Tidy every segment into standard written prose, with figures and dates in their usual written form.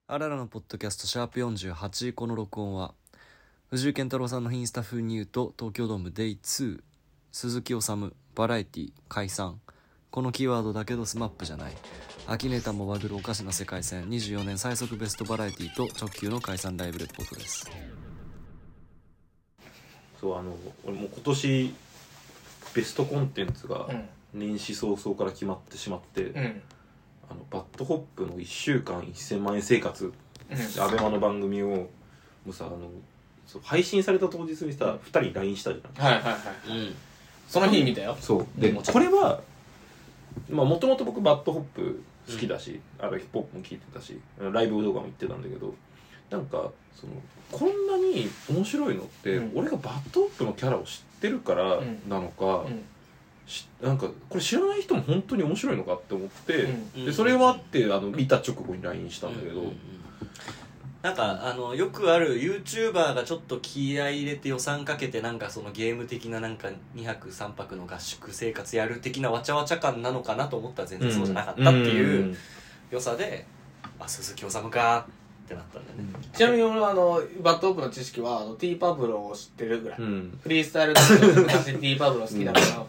あららのポッドキャストシャープ48。この録音は藤井健太郎さんのインスタ風に言うと東京ドーム Day2 鈴木おさむバラエティ解散、このキーワードだけどスマップじゃない、秋ネタもバグるおかしな世界線、24年最速ベストバラエティと直球の解散ライブレポートです。 そう俺も今年ベストコンテンツが年始早々から決まってしまって、バッドホップの1週間1000万円生活、アベマの番組をもうさそう配信された当日にさ2人 LINE したじゃん。 はいはいはい、その日見たよ。 そうで、これはもともと僕バッドホップ好きだし、ヒップホップも聴いてたしライブ動画も行ってたんだけど、なんかこんなに面白いのって、俺がバッドホップのキャラを知ってるからなのか、なんかこれ知らない人も本当に面白いのかって思って、でそれもあって見た直後に LINE したんだけど、 なんかよくある YouTuber がちょっと気合い入れて予算かけてなんかそのゲーム的ななんか2泊3泊の合宿生活やる的なわちゃわちゃ感なのかなと思ったら全然そうじゃなかったっていう良さで、鈴木おさむかってなったんだよね。 ちなみに俺はバッドホップの知識はT パブロを知ってるぐらい、フリースタイルだけど昔 T パブロ好きだからって、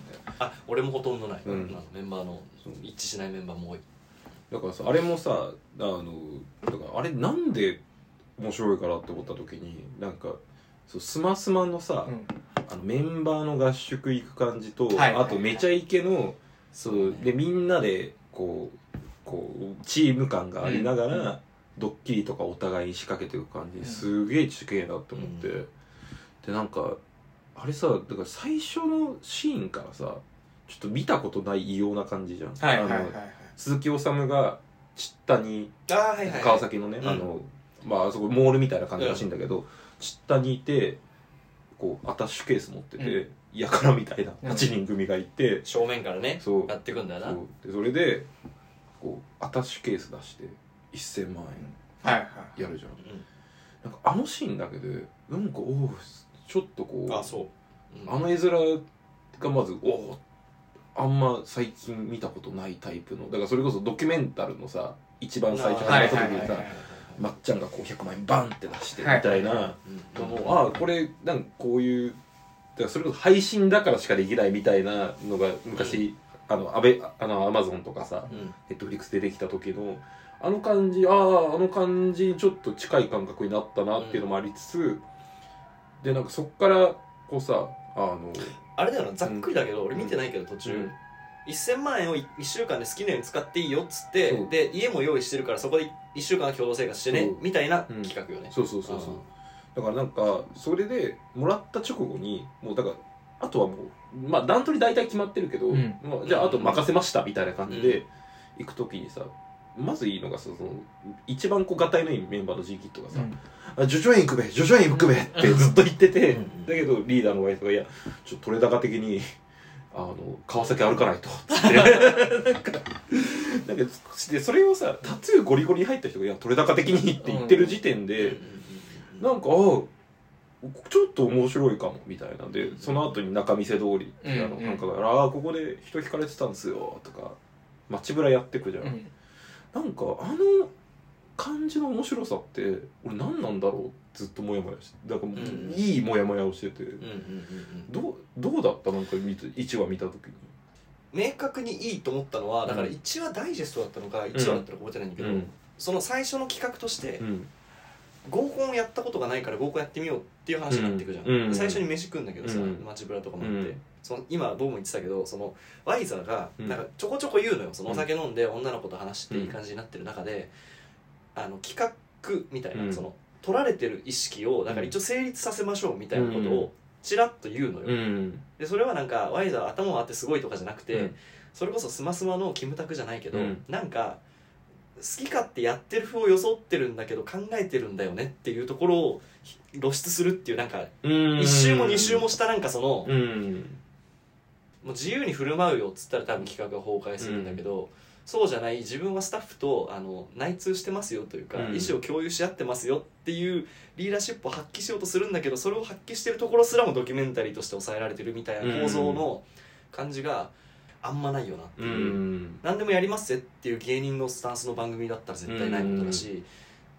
俺もほとんどない、メンバーの一致しないメンバーも多い。 だからさあれもさだからあれなんで面白いかなって思った時になんかスマスマのさ、メンバーの合宿行く感じと、あとめちゃイケのでみんなでこうチーム感がありながら、ドッキリとかお互いに仕掛けていく感じすげえちげえなって思って、でなんかあれさだから最初のシーンからさちょっと見たことない異様な感じじゃん。鈴木おさむがチッタに川崎のね、あそこモールみたいな感じらしいんだけど、チッタにいてこうアタッシュケース持ってて、やからみたいな8人組がいて、 正面からねやってくんだよな。 それでこうアタッシュケース出して1000万円やるじゃん。なんかあのシーンだけでなんかちょっとこうあの絵面がまずあんま最近見たことないタイプの、だからそれこそドキュメンタルのさ一番最初始まった時にさまっちゃんがこう100万円バンって出してみたいなのも、これなんかこういうだからそれこそ配信だからしかできないみたいなのが昔、アマゾンとかさ、ネットフリックスでできた時のあの感じにちょっと近い感覚になったなっていうのもありつつ、でなんかそっからこうさあれだよな、ざっくりだけど、俺見てないけど途中、1000万円を1週間で好きなように使っていいよっつって、で家も用意してるからそこで1週間は共同生活してねみたいな企画よね。そうだからなんかそれでもらった直後にもうだからあとはもう段取り大体決まってるけど、じゃああと任せましたみたいな感じで行く時にさ、まずいいのがさ一番こうガタイのいいメンバーの G キットがさ「ジョジョ園行くべジョジョ園行くべ」ってずっと言ってて、だけどリーダーのワイフが「いやちょっと取れ高的に川崎歩かないと」つってなんかでそれをさタトゥーゴリゴリに入った人が「いや取れ高的に」って言ってる時点でなんかちょっと面白いかもみたいなで、その後に仲見世通りってなんかがここで人引かれてたんですよとか街ブラやってくじゃん。なんか感じの面白さって俺何なんだろうってずっとモヤモヤして、だからいいモヤモヤをしてて、どうだったなんか1話見た時に明確にいいと思ったのは、だから1話ダイジェストだったのか1話だったのか覚えてないんだけど、その最初の企画として合コンをやったことがないから合コンやってみようっていう話になっていくじゃん。最初に飯食うんだけどさ、街ブラとかもあって、今どうも言ってたけどワイザーがなんかちょこちょこ言うのよ。お酒飲んで女の子と話していい感じになってる中で、企画みたいな取られてる意識をだから一応成立させましょうみたいなことをチラッと言うのよ。でそれはなんかワイザー頭があってすごいとかじゃなくて、それこそスマスマのキムタクじゃないけど、なんか好き勝手やってる風を装ってるんだけど考えてるんだよねっていうところを露出するっていう、なんか1周も2周もしたなんかもう自由に振る舞うよっつったら多分企画が崩壊するんだけど、そうじゃない、自分はスタッフと内通してますよというか、意思を共有し合ってますよっていうリーダーシップを発揮しようとするんだけど、それを発揮してるところすらもドキュメンタリーとして抑えられてるみたいな構造の感じがあんまないよなっていう、何でもやりますぜっていう芸人のスタンスの番組だったら絶対ないことだし、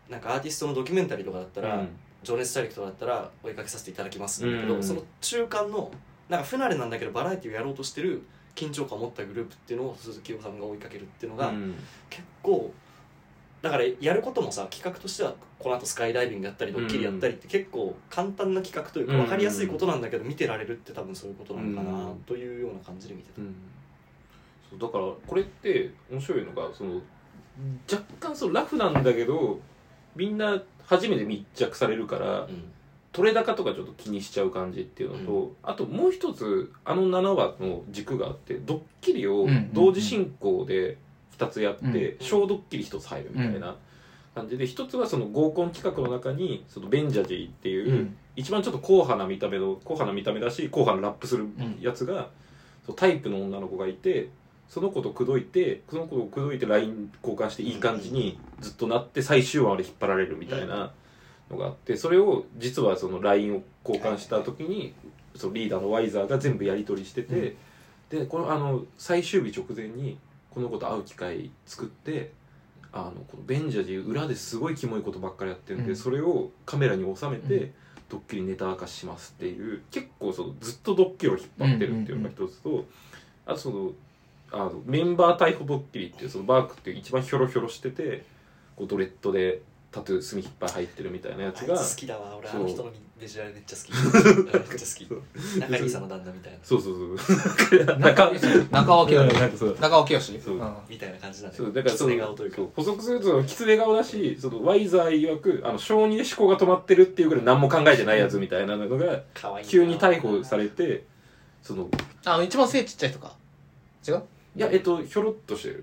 なんかアーティストのドキュメンタリーとかだったら、情熱大陸とかだったら追いかけさせていただきますんだけど、その中間のなんか不慣れなんだけどバラエティをやろうとしてる緊張感を持ったグループっていうのを鈴木おさんが追いかけるっていうのが、結構だからやることもさ、企画としてはこの後スカイダイビングやったりドッキリやったりって結構簡単な企画というか分かりやすいことなんだけど見てられるって多分そういうことなのかなというような感じで見てた。 そうだからこれって面白いのが、その若干そのラフなんだけどみんな初めて密着されるから、取れ高とかちょっと気にしちゃう感じっていうのと、あともう一つ7話の軸があって、ドッキリを同時進行で2つやって、小ドッキリ1つ入るみたいな感じで、1つはその合コン企画の中にそのベンジャジーっていう、一番ちょっと硬派な見た目だし硬派なラップするやつが、そうタイプの女の子がいて、その子と口説いて LINE 交換していい感じにずっとなって最終話まで引っ張られるみたいなのがあって、それを実はその LINE を交換した時にそのリーダーのワイザーが全部やり取りしてて、でこの最終日直前にこの子と会う機会作って、このベンジャジー裏ですごいキモいことばっかりやってるんで、それをカメラに収めてドッキリネタ明かししますっていう、結構そのずっとドッキリを引っ張ってるっていうのが一つと、あとそのメンバー逮捕ドッキリっていう、そのバークっていう一番ヒョロヒョロしててこうドレッドでタトゥー墨いっぱい入ってるみたいなやつが、 好きだわ俺、あの人のビジュアルめっちゃ好きめっちゃ好き中西さんの旦那みたいな、 そう中尾清みたいな感じなんだよ。だから狐顔というか補足すると狐顔だし、そのワイザー曰く小児で思考が止まってるっていうぐらい何も考えてないやつみたいなのが急に逮捕されて、その一番背ちっちゃい人か違う？ いやひょろっとしてる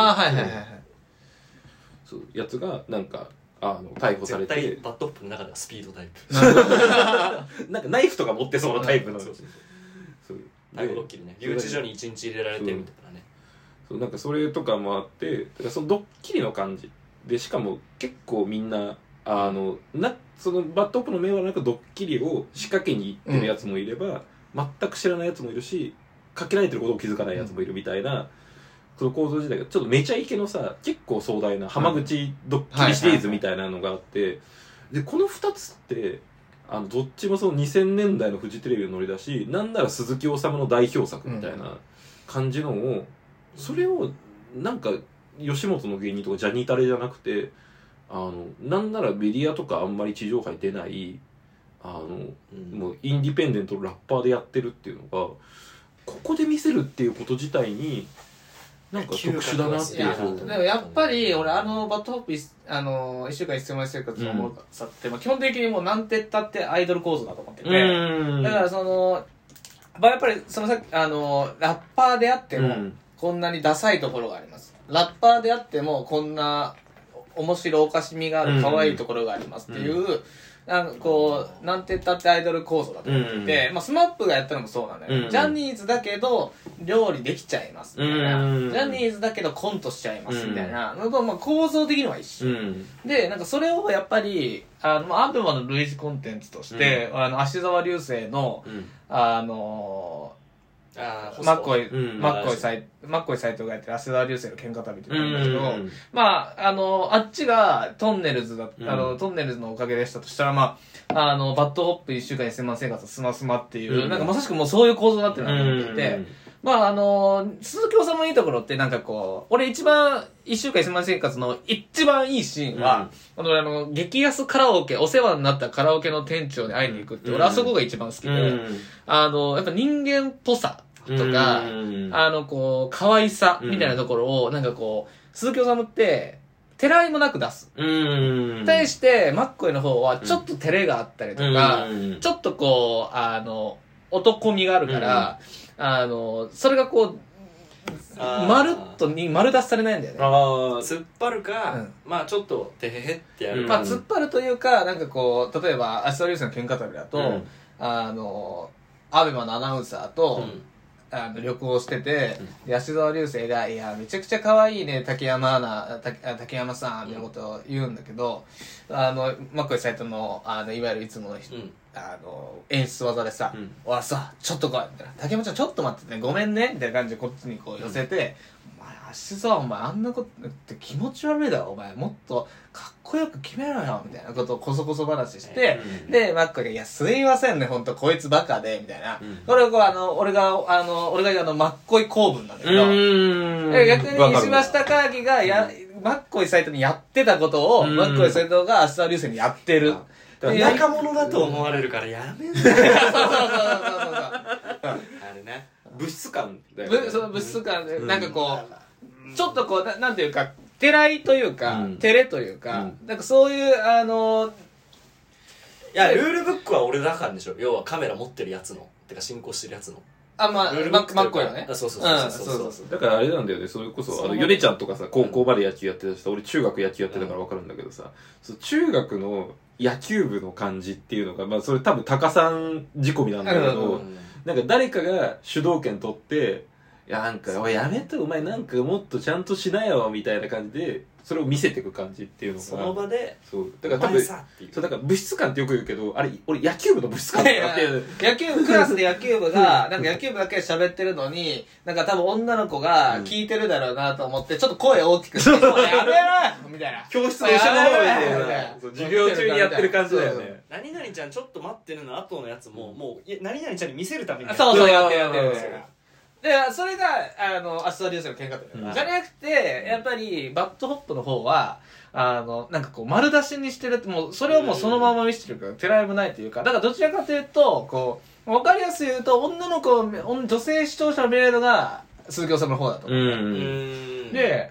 そうやつがなんか逮捕されて、 絶対バッドホップの中ではスピードタイプなんかナイフとか持ってそうなタイプの逮捕ドッキリね、留置所に1日入れられてるみたいなね。 そうなんかそれとかもあって、だからそのドッキリの感じで、しかも結構みんなそのバッドホップの目はなくドッキリを仕掛けに行ってるやつもいれば、全く知らないやつもいるし、かけられてることを気づかないやつもいるみたいな、その構造自体がちょっとめちゃイケのさ、結構壮大な浜口ドッキリシリーズみたいなのがあって、でこの2つってどっちもその2000年代のフジテレビのノリだし、なんなら鈴木おさむの代表作みたいな感じのを、それをなんか吉本の芸人とかジャニータレじゃなくて、なんならメディアとかあんまり地上波に出ないもうインディペンデントのラッパーでやってるっていうのがここで見せるっていうこと自体になんか特殊だなっていう。 でもやっぱり俺バッドホップ1週間一生生活の思うさって、基本的にもうなんてったってアイドル構造だと思ってて、だからやっぱりさっきラッパーであってもこんなにダサいところがあります、ラッパーであってもこんな面白おかしみがある可愛いところがありますっていう、なんかこうなんて言ったってアイドル構造だと思ってて、スマップがやったのもそうなんだよ、ジャニーズだけど料理できちゃいますみたいな、ジャニーズだけどコントしちゃいますみたいなのと、構造的には一緒、でなんかそれをやっぱりアベマの類似コンテンツとして、芦沢流星のマッコイ斎藤がやってる芦沢流星の喧嘩旅って言うんだけど、あっちがトンネルズトンネルズのおかげでしたとしたら、バッドホップ1週間1000万生活スマスマっていう、なんかまさしくもうそういう構造になってるなと思っていて、鈴木おさむのいいところってなんかこう、俺一番1週間1000万生活の一番いいシーンは、激安カラオケ、お世話になったカラオケの店長に会いに行くって、俺あそこが一番好きで、やっぱ人間っぽさとか、こう、可愛さみたいなところを、なんかこう、鈴木おさむって、てらいもなく出す。対して、マッコイの方は、ちょっと照れがあったりとか、ちょっとこう、男味があるから、それがこう、丸出しされないんだよね。 突っ張るか、ちょっとてへへってやるか。突っ張るというか、なんかこう、例えば、芦田流星の喧嘩旅だと、アベマのアナウンサーと、旅行してて、芦沢流星が、いや、めちゃくちゃ可愛いね、竹山さん、みたいなことを言うんだけど、マッコイサイトの、いわゆるいつもの、演出技でさ、おいさ、ちょっと来い、みたいな。竹山ちゃん、ちょっと待ってね、ごめんね、みたいな感じでこっちにこう寄せて、お前、芦沢、お前、あんなことって気持ち悪いだろ、お前、もっとかっこよく決めろよみたいなことをこそこそ話して、でマッコイが「いやすいませんね本当こいつバカで」みたいな、これを俺がマッコイ公文なんだけど、逆に石橋貴明がマッコイ斎藤にやってたことを、マッコイ斎藤が芦田流星にやってる。 仲間だと思われるからやめんなよ。そうあれね。 物質感だよね。 その物質感で、なんかこう、ちょっとこう、なんていうか、てらいというか、照れというか、なんかそういう、 いや、ルールブックは俺だからでしょ。要はカメラ持ってるやつの。てか進行してるやつの。 マッコイはね。 そう。 だからあれなんだよね、それこそ、ヨネちゃんとかさ、高校まで野球やってたしさ、俺中学野球やってたから分かるんだけどさ、中学の野球部の感じっていうのが、まあそれ多分高さん仕込みなんだけど、なんか誰かが主導権取って、いやなんか、おいやめて、お前なんかもっとちゃんとしなよ、みたいな感じで、それを見せていく感じっていうのが。 その場で、 そう。だから多分、そう、だから物質感ってよく言うけど、あれ、俺野球部の物質感だなっていう。 クラスで野球部が、なんか野球部だけ喋ってるのに、なんか多分女の子が聞いてるだろうなと思って、ちょっと声大きくして、やめろみたいな。 教室の後ろの方みたいな。授業中にやってる感じだよね。 何々ちゃんちょっと待ってるの後のやつも、もう、何々ちゃんに見せるために。 そう、やってる。で、それが、芦田流星の喧嘩だよ。じゃなくて、やっぱり、バッドホップの方は、なんかこう、丸出しにしてるって、もう、それをもうそのまま見せてるから、てらいもないというか、だからどちらかというと、こう、わかりやすく言うと、女の子、女性視聴者を見れるのが、鈴木おさむの方だと思う。で、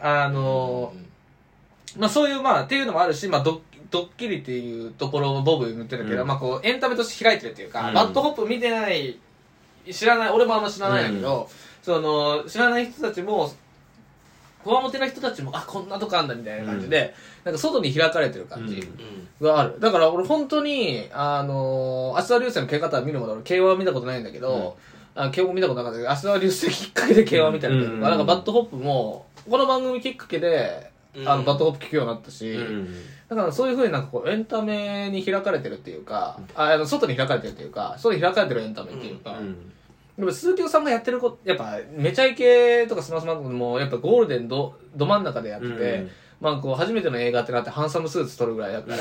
まあそういう、まあ、っていうのもあるし、まあ、ドッキリっていうところをボブ言ってるけど、まあこう、エンタメとして開いてるっていうか、バッドホップ見てない、知らない、俺もあんま知らないんだけど、知らない人たちも、こわもてな人たちも、こんなとこあんだみたいな感じで、なんか外に開かれてる感じがある。だから俺本当に、芦田流星の蹴方見るまで俺、K1 は見たことないんだけど、K1 も見たことなかったけど、芦田流星きっかけで K1 見たりとか、なんかバッドホップも、この番組きっかけで、バッドホップ聞くようになったし、だからそういう風になんかこう、エンタメに開かれてるっていうか、外に開かれてるっていうか、外に開かれてるエンタメっていうか、でも鈴木さんがやってること、やっぱ、めちゃイケとかスマスマとかも、やっぱゴールデンど真ん中でやってて、まあこう、初めての映画ってなってハンサムスーツ撮るぐらいだから、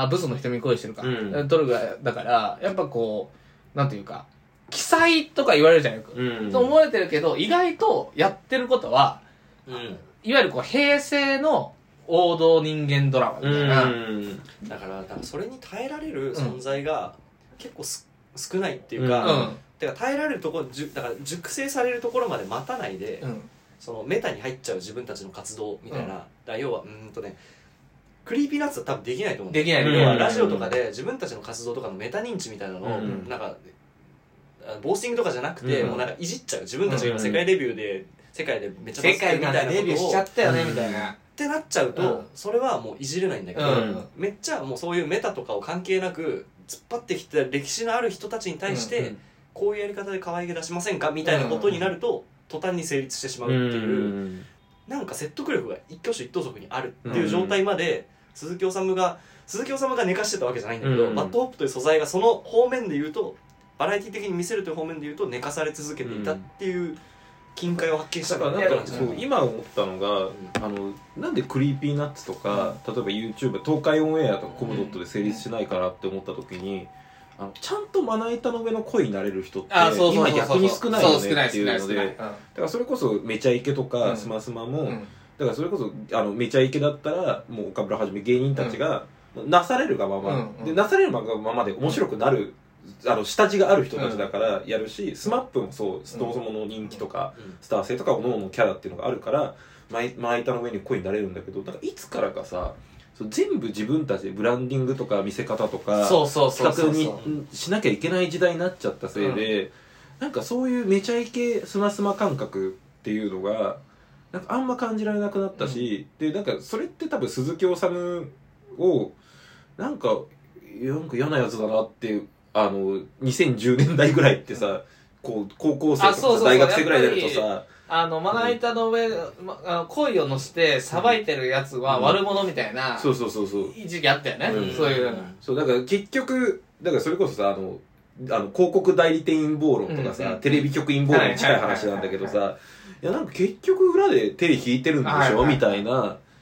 ブスの瞳恋してるか、撮るぐらいだから、やっぱこう、なんていうか、奇才とか言われるじゃないか。と思われてるけど、意外とやってることは、いわゆるこう、平成の王道人間ドラマみたいな。 だから、それに耐えられる存在が結構少ないっていうか、だから耐えられるところ、だから熟成されるところまで待たないで、そのメタに入っちゃう自分たちの活動みたいな、だから要はクリーピーナッツは多分できないと思う。 できない。 要はラジオとかで自分たちの活動とかのメタ認知みたいなのを、なんかボースティングとかじゃなくて、もうなんかいじっちゃう。自分たちが世界デビューで世界でめっちゃ世界みたいなことをデビューしちゃったよねみたいな。 ってなっちゃうと、それはもういじれないんだけど、めっちゃもうそういうメタとかを関係なく突っ張ってきた歴史のある人たちに対して、こういうやり方で可愛げ出しませんかみたいなことになると、途端に成立してしまうっていう、なんか説得力が一挙手一投足にあるっていう状態まで、鈴木おさむが寝かしてたわけじゃないんだけど、バッドホップという素材がその方面で言うと、バラエティ的に見せるという方面で言うと寝かされ続けていたっていう金塊を発見したから、 今思ったのが、なんでクリーピーナッツとか、例えば YouTube 東海オンエアとかコムドットで成立しないかなって思った時に、ちゃんとまな板の上の声になれる人って今逆に少ないよねっていうので、だからそれこそめちゃイケとかスマスマも、だからそれこそめちゃイケだったらもう岡村はじめ芸人たちがなされるがままで、なされるがままで面白くなる下地がある人たちだからやるし、スマップもそう、そもそもの人気とかスター性とか各々のキャラっていうのがあるからまな板の上に声になれるんだけど、だからいつからかさ、全部自分たちでブランディングとか見せ方とか企画にしなきゃいけない時代になっちゃったせいで、なんかそういうめちゃイケスマスマ感覚っていうのがなんかあんま感じられなくなったし、でなんかそれって多分鈴木おさむをなんか嫌なやつだなっていう、2010年代ぐらいってさ、こう高校生とかさ大学生ぐらいになるとさ、 まな板の上、恋を乗せてさばいてるやつは悪者みたいな、 そう時期あったよね、そういう。 そう、だから結局、だからそれこそさ、広告代理店陰謀論とかさ、テレビ局陰謀論に近い話なんだけどさ、いやなんか結局裏で手引いてるんでしょみたいな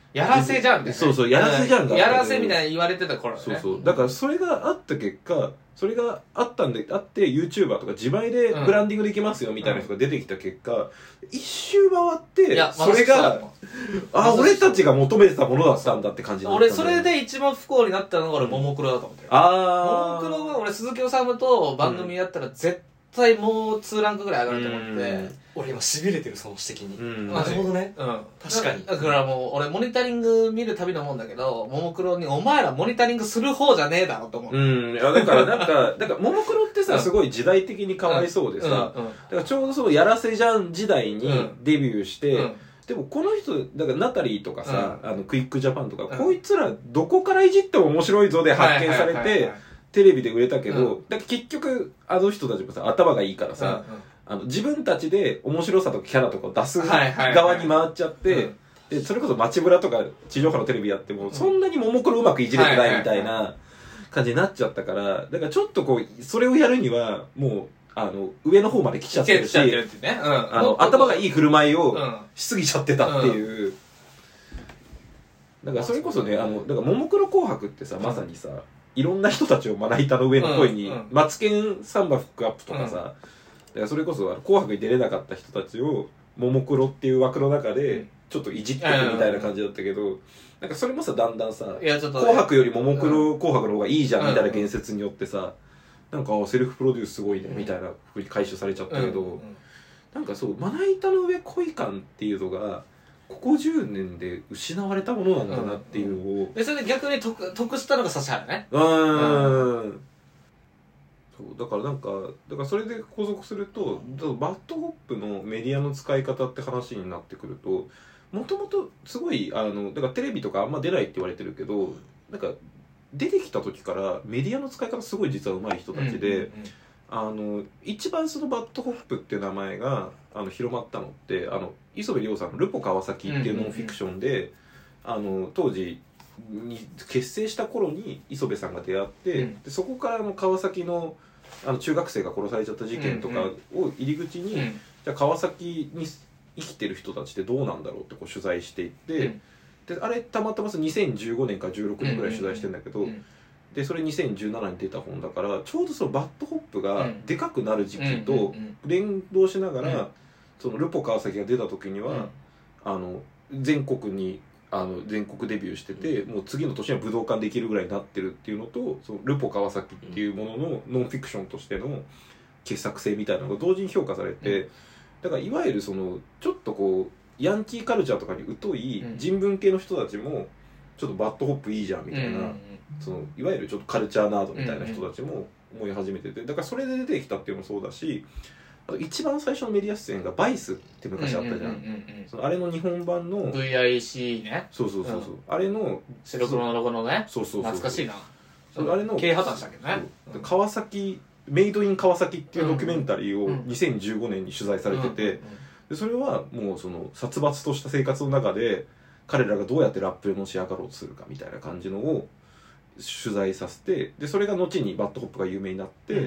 やらせじゃんってね。 そうそう、やらせじゃんが。 やらせみたいに言われてた頃ね。 そうそう。だからそれがあった結果、それがあったんで、あって YouTuber とか自前でブランディングできますよみたいな人が出てきた結果、一周回って、それが、俺たちが求めてたものだったんだって感じになった。 俺それで一番不幸になったのが俺、ももクロだと思ってる。ももクロは俺、鈴木おさむと番組やったら絶対もう2ランクぐらい上がると思って、 俺今痺れてる、その指摘に。 なるほどね。確かに。 だからもう俺モニタリング見るたびのもんだけど、ももクロにお前らモニタリングする方じゃねえだろと思う。 いやだからなんかももクロってさ、すごい時代的にかわいそうでさ、だからちょうどそのやらせじゃん時代にデビューして、でもこの人だからナタリーとかさ、クイックジャパンとか、こいつらどこからいじっても面白いぞで発見されてテレビで売れたけど、だから結局あの人たちもさ頭がいいからさ、自分たちで面白さとかキャラとかを出す側に回っちゃって、でそれこそ街ブラとか地上波のテレビやってもそんなにももクロうまくいじれてないみたいな感じになっちゃったから、だからちょっとこうそれをやるにはもう上の方まで来ちゃってるし、頭がいい振る舞いをしすぎちゃってたっていう。だからそれこそね、だからももクロ紅白ってさ、まさにさ、いろんな人たちをまな板の上の声に、マツケンサンバフックアップとかさ、だからそれこそ紅白に出れなかった人たちをももクロっていう枠の中でちょっといじってるみたいな感じだったけど、なんかそれもさだんだんさ、紅白よりももクロ紅白の方がいいじゃんみたいな言説によってさ、なんかセルフプロデュースすごいねみたいなふうに回収されちゃったけど、なんかそうまな板の上恋感っていうのがここ10年で失われたものなんだなっていうのを、 でそれで逆に得したのが指原ね。 だからそれで補足すると、バッドホップのメディアの使い方って話になってくると、もともとすごいだからテレビとかあんま出ないって言われてるけど、なんか出てきた時からメディアの使い方すごい実は上手い人たちで、一番そのバッドホップっていう名前が広まったのって磯部亮さんの「ルポ川崎」っていうノンフィクションで、当時に結成した頃に磯部さんが出会って、でそこから川崎の中学生が殺されちゃった事件とかを入り口に、じゃあ川崎に生きてる人たちってどうなんだろうってこう取材していって、であれたまたま2015年から16年ぐらい取材してんだけど、でそれ2017に出た本だから、ちょうどそのバッドホップがでかくなる時期と連動しながら、そのルポ川崎が出た時には全国デビューしてて、もう次の年には武道館できるぐらいになってるっていうのと、そのルポ川崎っていうもののノンフィクションとしての傑作性みたいなのが同時に評価されて、だからいわゆるそのちょっとこうヤンキーカルチャーとかに疎い人文系の人たちもちょっとバッドホップいいじゃんみたいな、そのいわゆるちょっとカルチャーナードみたいな人たちも思い始めてて、だからそれで出てきたっていうのもそうだし、あと一番最初のメディア出演がバイスって昔あったじゃん。あれの日本版の VIC ね。 そう、あれの白黒のロゴのね。 そう懐かしいな。 あれの経営破綻したけどね。 川崎メイドイン川崎っていうドキュメンタリーを2015年に取材されてて、でそれはもうその殺伐とした生活の中で彼らがどうやってラップの仕上がろうとするかみたいな感じのを取材させて、でそれが後にバッドホップが有名になって、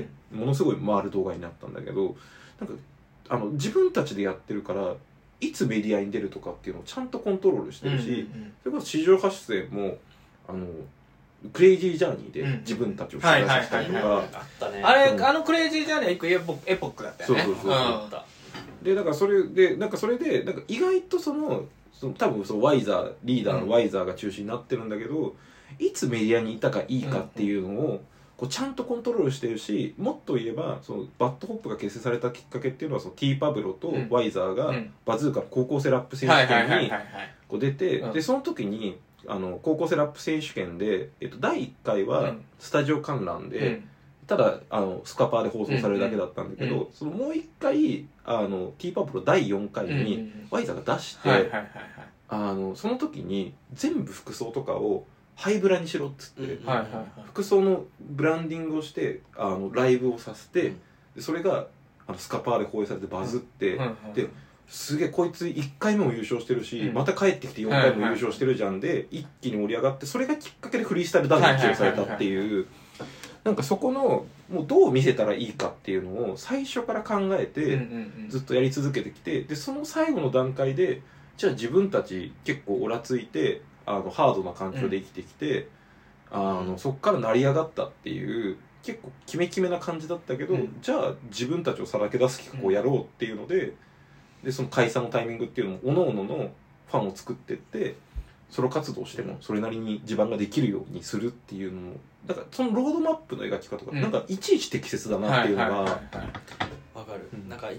ものすごい回る動画になったんだけど、なんか自分たちでやってるからいつメディアに出るとかっていうのをちゃんとコントロールしてるし、それこそ史上初出演もクレイジージャーニーで自分たちを取材させたりとか、 あれクレイジージャーニーは一個エポックだったよね。 でだからそれでなんか意外とその多分そのワイザーリーダーのワイザーが中心になってるんだけど、いつメディアにいたかいいかっていうのをこうちゃんとコントロールしてるし、もっと言えばそのバッドホップが結成されたきっかけっていうのはその T パブロとワイザーがバズーカの高校生ラップ選手権にこう出て、でその時に高校生ラップ選手権で、第1回はスタジオ観覧で、ただスカパーで放送されるだけだったんだけど、そのもう1回T パブロ第4回にワイザーが出して、その時に全部服装とかをハイブラにしろっつって、服装のブランディングをしてライブをさせて、それがスカパーで放映されてバズって、ですげえこいつ1回目も優勝してるし、また帰ってきて4回も優勝してるじゃんで一気に盛り上がって、それがきっかけでフリースタイルダンスに起用されたっていう、なんかそこのもうどう見せたらいいかっていうのを最初から考えてずっとやり続けてきて、でその最後の段階でじゃあ自分たち結構オラついてハードな環境で生きてきて、そっから成り上がったっていう結構キメキメな感じだったけど、じゃあ自分たちをさらけ出す企画をやろうっていうので、その解散のタイミングっていうのも各々のファンを作ってってソロ活動してもそれなりに地盤ができるようにするっていうのも、だからそのロードマップの描き方がなんかいちいち適切だなっていうのがわかる、なんか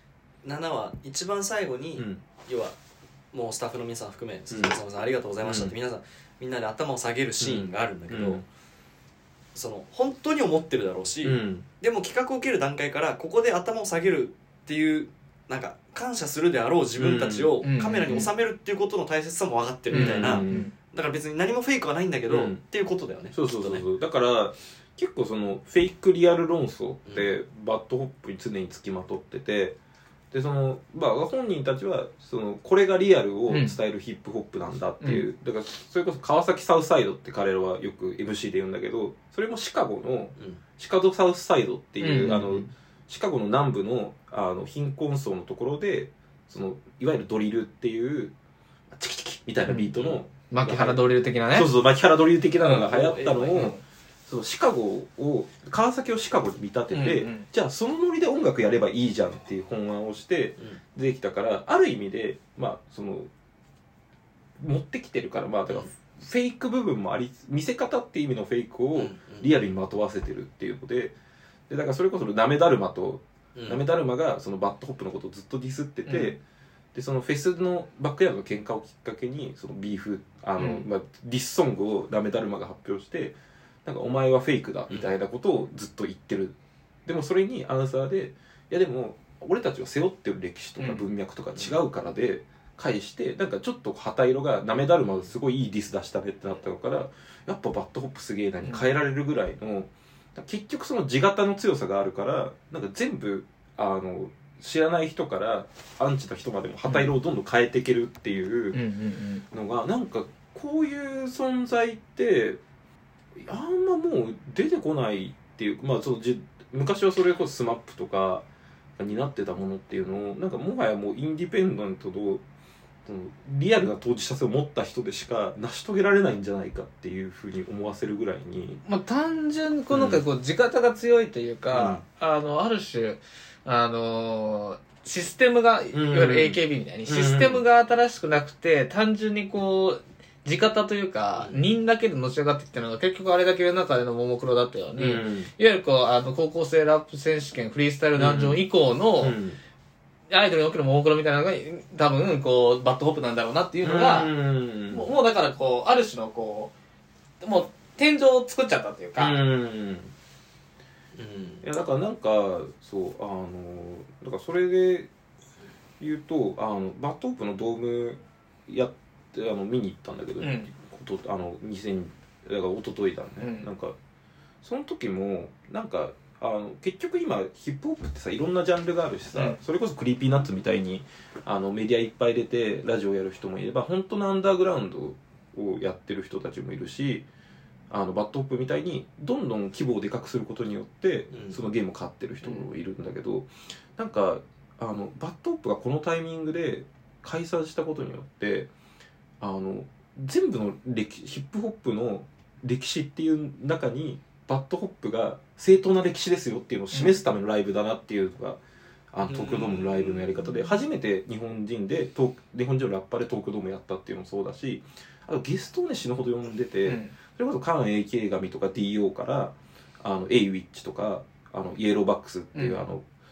7話一番最後に、要はもうスタッフの皆さん含め鈴木さんありがとうございましたってみんなで頭を下げるシーンがあるんだけど、その本当に思ってるだろうし、でも企画を受ける段階からここで頭を下げるっていうなんか感謝するであろう自分たちをカメラに収めるっていうことの大切さも分かってるみたいな、だから別に何もフェイクはないんだけど、っていうことだよね。 そう、だから結構そのフェイクリアル論争ってバッドホップに常につきまとってて、でその本人たちはそのこれがリアルを伝えるヒップホップなんだっていう、だからそれこそ川崎サウスサイドって彼らはよく MC で言うんだけど、それもシカゴのシカゴサウスサイドっていう、シカゴの南部の貧困層のところでそのいわゆるドリルっていうチキチキみたいなビートの、 牧原ドリル的なね、 そう牧原ドリル的なのが流行ったのを、そのシカゴを川崎をシカゴに見立てて、じゃあそのノリで音楽やればいいじゃんっていう本案をして出てきたから、ある意味でその持ってきてるから、だからフェイク部分もあり、見せ方っていう意味のフェイクをリアルにまとわせてるっていうので、だからそれこそナメダルマがそのバッドホップのことをずっとディスってて、でそのフェスのバックヤードの喧嘩をきっかけにそのビーフディスソングをナメダルマが発表して、なんかお前はフェイクだみたいなことをずっと言ってる。でもそれにアンサーで、いやでも俺たちは背負ってる歴史とか文脈とか違うからで返して、なんかちょっと旗色がナメダルマすごいいいディス出したねってなったのから、やっぱバッドホップすげえなに変えられるぐらいの、結局その地形の強さがあるから、なんか全部知らない人からアンチな人までも旗色をどんどん変えていけるっていうのが、なんかこういう存在ってあんまもう出てこないっていう、昔はそれこそスマップとかになってたものっていうのを、なんかもはやもうインディペンデントとリアルな当事者性を持った人でしか成し遂げられないんじゃないかっていうふうに思わせるぐらいに、 単純になんか地方が強いというか、ある種システムがいわゆる AKB みたいにシステムが新しくなくて、単純に地方というか人だけでのし上がってきたのが結局あれだけの中でのももクロだったように、いわゆる高校生ラップ選手権フリースタイルダンジョン以降のアイドルにおけるももクロみたいなのが多分バッドホップなんだろうなっていうのが、もうだからある種のもう天井を作っちゃったというか、 いやだからなんかそうだからそれで言うとバッドホップのドームやって見に行ったんだけど、2000だから一昨日だね、なんかその時もなんか結局今ヒップホップってさいろんなジャンルがあるしさ、それこそクリーピーナッツみたいにメディアいっぱい出てラジオやる人もいれば、本当のアンダーグラウンドをやってる人たちもいるし、バッドホップみたいにどんどん規模をでかくすることによってそのゲームを買ってる人もいるんだけど、なんかバッドホップがこのタイミングで解散したことによって全部のヒップホップの歴史っていう中にバッドホップが正当な歴史ですよっていうのを示すためのライブだなっていうのが東京ドームのライブのやり方で、初めて日本人のラッパーで東京ドームやったっていうのもそうだし、あとゲストをね死ぬほど呼んでて、それこそカン AK 神とか DO からエイウィッチとかイエローバックスっていう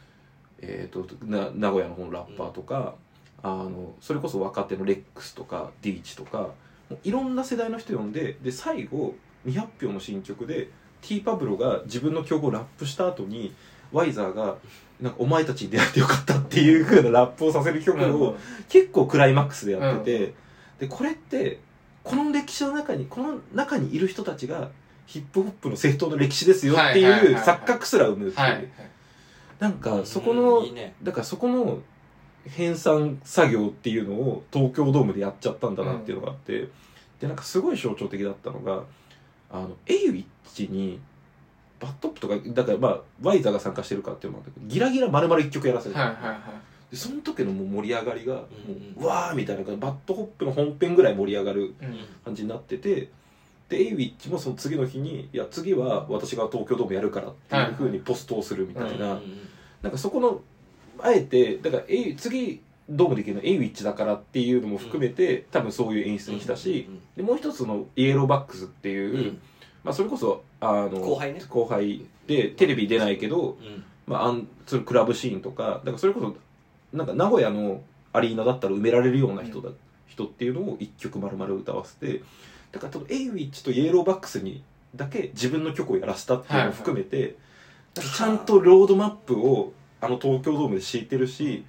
名古屋の方のラッパーとか、それこそ若手のレックスとかディーチとか、もういろんな世代の人呼んで、最後200票の新曲で T パブロが自分の曲をラップした後にワイザーがなんかお前たちに出会ってよかったっていう風なラップをさせる曲を結構クライマックスでやってて、でこれってこの歴史の中にいる人たちがヒップホップの正当な歴史ですよっていう錯覚すら生むっていう、なんかそこのだからそこの編纂作業っていうのを東京ドームでやっちゃったんだなっていうのがあって、でなんかすごい象徴的だったのがエイウィッチにバッドホップとかだからワイザーが参加してるかっていうのもあるんだけど、ギラギラ丸々1曲やらせる、 でその時のもう盛り上がりがもう、うわーみたいな感じ、バッドホップの本編ぐらい盛り上がる感じになってて、でエイウィッチもその次の日にいや次は私が東京ドームやるからっていう風にポストをするみたいな、なんかそこのあえてだから次ドームできるのエイウィッチだからっていうのも含めて多分そういう演出にしたし、でもう一つのイエローバックスっていう、まあそれこそ後輩でテレビ出ないけど、まあそれクラブシーンとかだからそれこそなんか名古屋のアリーナだったら埋められるような人っていうのを一曲丸々歌わせて、だからエイウィッチとイエローバックスにだけ自分の曲をやらせたっていうのを含めて、なんかちゃんとロードマップを東京ドームで敷いてるし、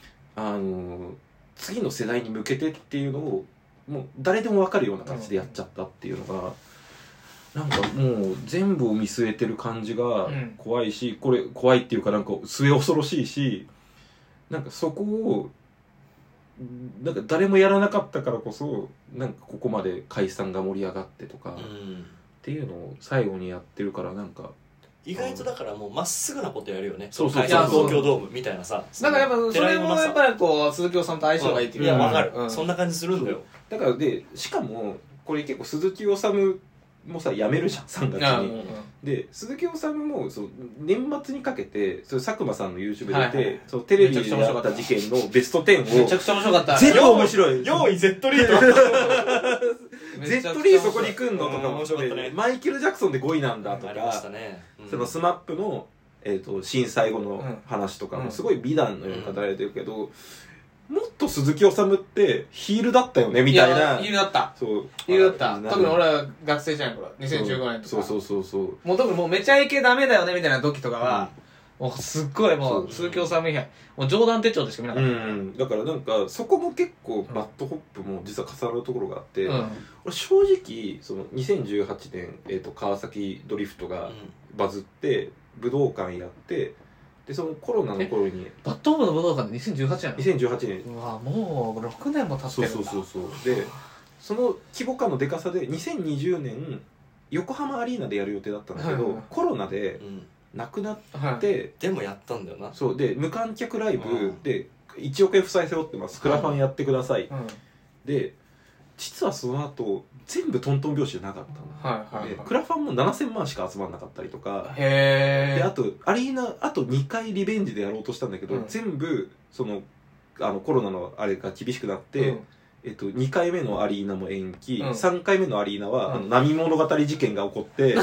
次の世代に向けてっていうのをもう誰でも分かるような感じでやっちゃったっていうのが、なんかもう全部を見据えてる感じが怖いし、これ怖いっていうかなんか末恐ろしいし、なんかそこをなんか誰もやらなかったからこそなんかここまで解散が盛り上がってとか、っていうのを最後にやってるから、なんか意外とだからもうまっすぐなことやるよね。 そう東京ドームみたいなさ、 だからやっぱそれもやっぱりこう鈴木さんと相性がいいっていう。 いやわかる、そんな感じするんだよ。 だからでしかもこれ結構鈴木おさむもさ辞めるじゃん3月に。で鈴木おさむもそう年末にかけてそれ佐久間さんの YouTube で出て、そうテレビでやった事件のベスト10をめちゃくちゃ面白かった。 全部面白い。 4位 Z リーと Z リーそこに来んのとか面白かったね。 マイケル・ジャクソンで5位なんだとか、そのスマップの震災後の話とかもすごい美談のように語られてるけど、もっと鈴木おさむってヒールだったよねみたいな。 ヒールだった。 そう。 ヒールだった。特に俺は学生じゃん、これ。2015年とか。 そう。 もう特にもうめちゃイケダメだよねみたいな時とかは、もうすっごいもう鈴木おさむ以外、もう冗談手帳でしか見なかった。 だからなんかそこも結構バッドホップも実は重なるところがあって、俺正直その2018年、川崎ドリフトがバズって武道館やって、でそのコロナの頃にバッドホップの武道館で2018 年うわもう6年も経ってるんだ。 そうでその規模感のでかさで2020年横浜アリーナでやる予定だったんだけど、コロナでなくなって、 でもやったんだよな。 そうで無観客ライブで1億円負債背負ってます、クラファンやってください、で実はその後全部トントン拍子じゃなかったの、でクラファンも7000万しか集まんなかったりとか、であとアリーナあと2回リベンジでやろうとしたんだけど、全部そのコロナのあれが厳しくなって、2回目のアリーナも延期、3回目のアリーナは、波物語事件が起こって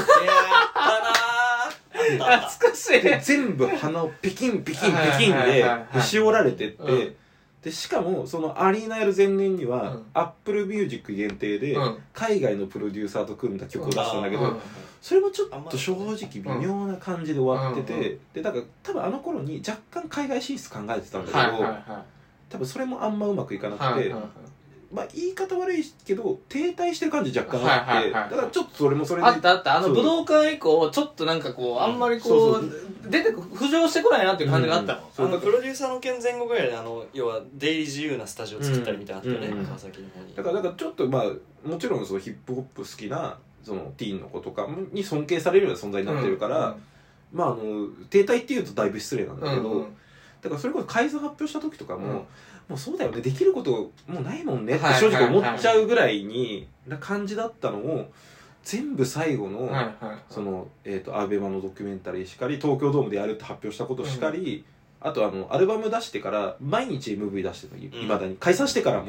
懐かしい。 全部鼻をピキンピキンピキンでしおられてって、でしかもそのアリーナやる前年には、Apple Music 限定で海外のプロデューサーと組んだ曲を出したんだけど、それもちょっと正直微妙な感じで終わってて、でだから多分あの頃に若干海外進出考えてたんだけど、多分それもあんまうまくいかなくて、まあ言い方悪いけど停滞してる感じ若干あって、だからちょっとそれもそれであった武道館以降ちょっとなんかこうあんまりこう出て浮上してこないなっていう感じがあったの。 プロデューサーの件前後ぐらいで要は出入り自由なスタジオ作ったりみたいなのあったよね、川崎の方に。 だからちょっとまあもちろんそのヒップホップ好きなそのティーンの子とかに尊敬されるような存在になってるから、まあ停滞っていうとだいぶ失礼なんだけど、だからそれこそ解散発表した時とかも、もうそうだよね、できることもうないもんねって正直思っちゃうぐらいにな感じだったのを、全部最後のそのアベマのドキュメンタリーしかり、東京ドームでやるって発表したことしかり、あとアルバム出してから毎日 MV 出してるの、いまだに解散してからも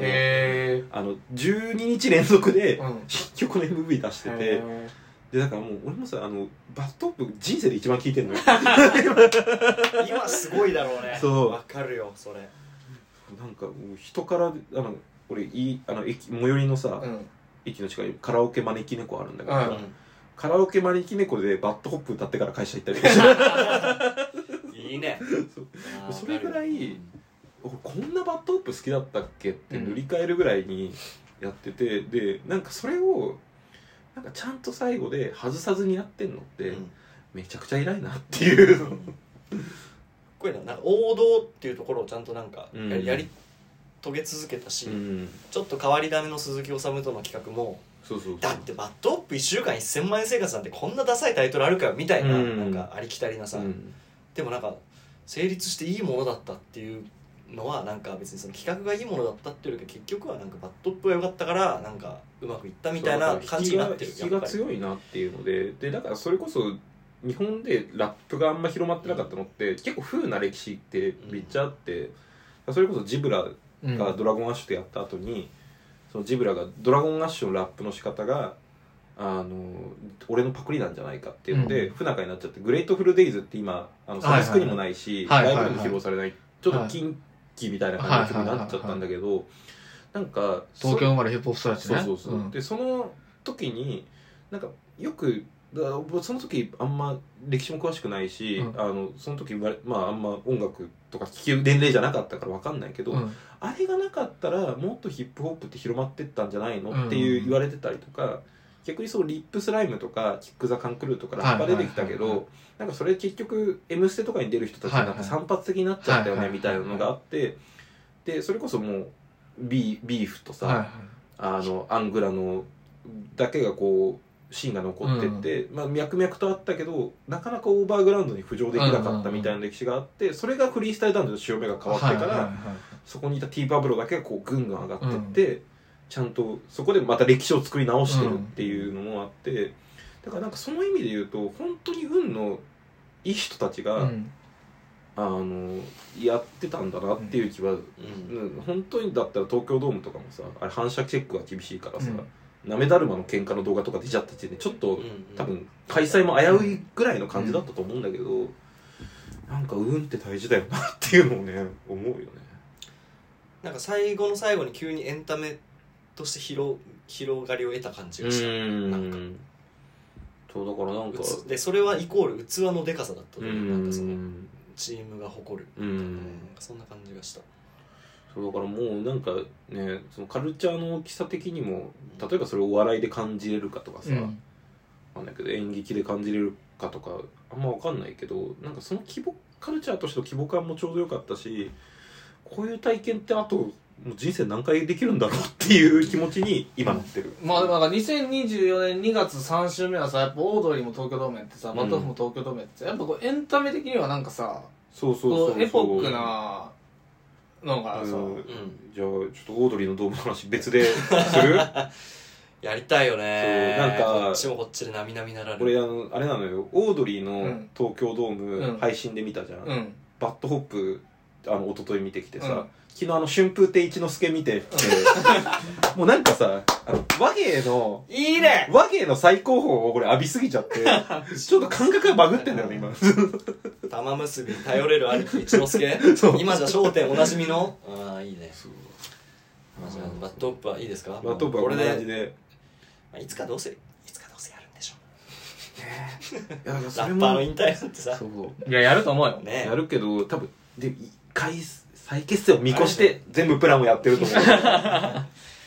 12日連続で新曲の MV 出してて、でだからもう俺もさバッドホップ人生で一番聴いてんのよ今すごいだろうね。 そうわかるよそれ。 なんかもう人から俺最寄りのさ、駅の近くにカラオケ招き猫あるんだけどさ、カラオケ招き猫でバッドホップ歌ってから会社行ったりとかしていいね。 それぐらい俺こんなバッドホップ好きだったっけって塗り替えるぐらいにやってて、でなんかそれをなんかちゃんと最後で外さずにやってんのって、めちゃくちゃ偉いなっていうこれなんか王道っていうところをちゃんとなんかやり遂げ続けたし、ちょっと変わり種の鈴木おさむとの企画も、だってバッドホップ1週間1000万円生活なんてこんなダサいタイトルあるかよみたいな、なんかありきたりなさ、でもなんか成立していいものだったっていうのはなんか別にその企画がいいものだったっていうよりか結局はなんかバッドップが良かったからなんかうまくいったみたいな感じになってる。 引きが強いなっていうのでだからそれこそ日本でラップがあんま広まってなかったのって結構風な歴史ってめっちゃあって、それこそジブラがドラゴンアッシュでやった後に、そのジブラがドラゴンアッシュのラップの仕方が俺のパクリなんじゃないかっていうので、不仲になっちゃって、グレートフルデイズって今サブスクにもないし、ライブでも披露されない、ちょっと近畿みたいな感じの曲になっちゃったんだけど、なんか東京生まれヒップホップスターチね。 そうそうそう、でその時になんかよくその時あんま歴史も詳しくないし、その時まああんま音楽とか聴ける年齢じゃなかったから分かんないけど、あれがなかったらもっとヒップホップって広まってったんじゃないのっていう言われてたりとか、逆にそうリップスライムとかキック・ザ・カンクルーとかラッパー出てきたけど、なんかそれ結局「M ステ」とかに出る人たちなんか散発的になっちゃったよねみたいなのがあって、でそれこそもうビーフとさ、アングラのだけがこうシーンが残ってって、まあ、脈々とあったけどなかなかオーバーグラウンドに浮上できなかったみたいな歴史があって、それがフリースタイルダウンの潮目が変わってから、そこにいたティーパブロだけがこうぐんぐん上がってって、ちゃんとそこでまた歴史を作り直してるっていうのもあって、だからなんかその意味で言うと本当に運のいい人たちが、やってたんだなっていう気は、本当にだったら東京ドームとかもさ、あれ反射チェックが厳しいからさ、なめだるまの喧嘩の動画とか出ちゃった時点でちょっと、多分開催も危ういぐらいの感じだったと思うんだけど、なんか運って大事だよなっていうのをね思うよね。 なんか最後の最後に急にエンタメとして広がりを得た感じがした。なんかそうだからなんかでそれはイコール器のでかさだったと思う。なんかそのチームが誇るみたいな、そんな感じがした。 そうだからもうなんかね、そのカルチャーの大きさ的にも例えばそれをお笑いで感じれるかとかさ、なんだけど演劇で感じれるかとかあんま分かんないけど、なんかその規模カルチャーとしての規模感もちょうどよかったし、こういう体験ってあともう人生何回できるんだろうっていう気持ちに今なってる。 まあでもなんか2024年2月3週目はさ、やっぱオードリーも東京ドームやってさ、バトフも東京ドームやってさ、やっぱこうエンタメ的にはなんかさ、 そうエポックなのがさ、 じゃあちょっとオードリーのドームの話別でするやりたいよね。 なんかこっちもこっちでなみなみならる。 俺あれなのよ、オードリーの東京ドーム配信で見たじゃん、バッドホップ一昨日見てきてさ、昨日春風亭一之輔見てて、もうなんかさ和芸のいいね和芸の最高峰を俺浴びすぎちゃってちょっと感覚がバグってんだよね今。 玉結びに頼れる兄貴一之輔今じゃ笑点おなじみの。ああいいね。じゃあバッドホップはいいですか。 バッドホップはこんな感じで、 いつかどうせやるんでしょ。 ラッパーの引退なんてさ。 いややると思うよね。 やるけど多分で一回再結成を見越して全部プランをやってると思う。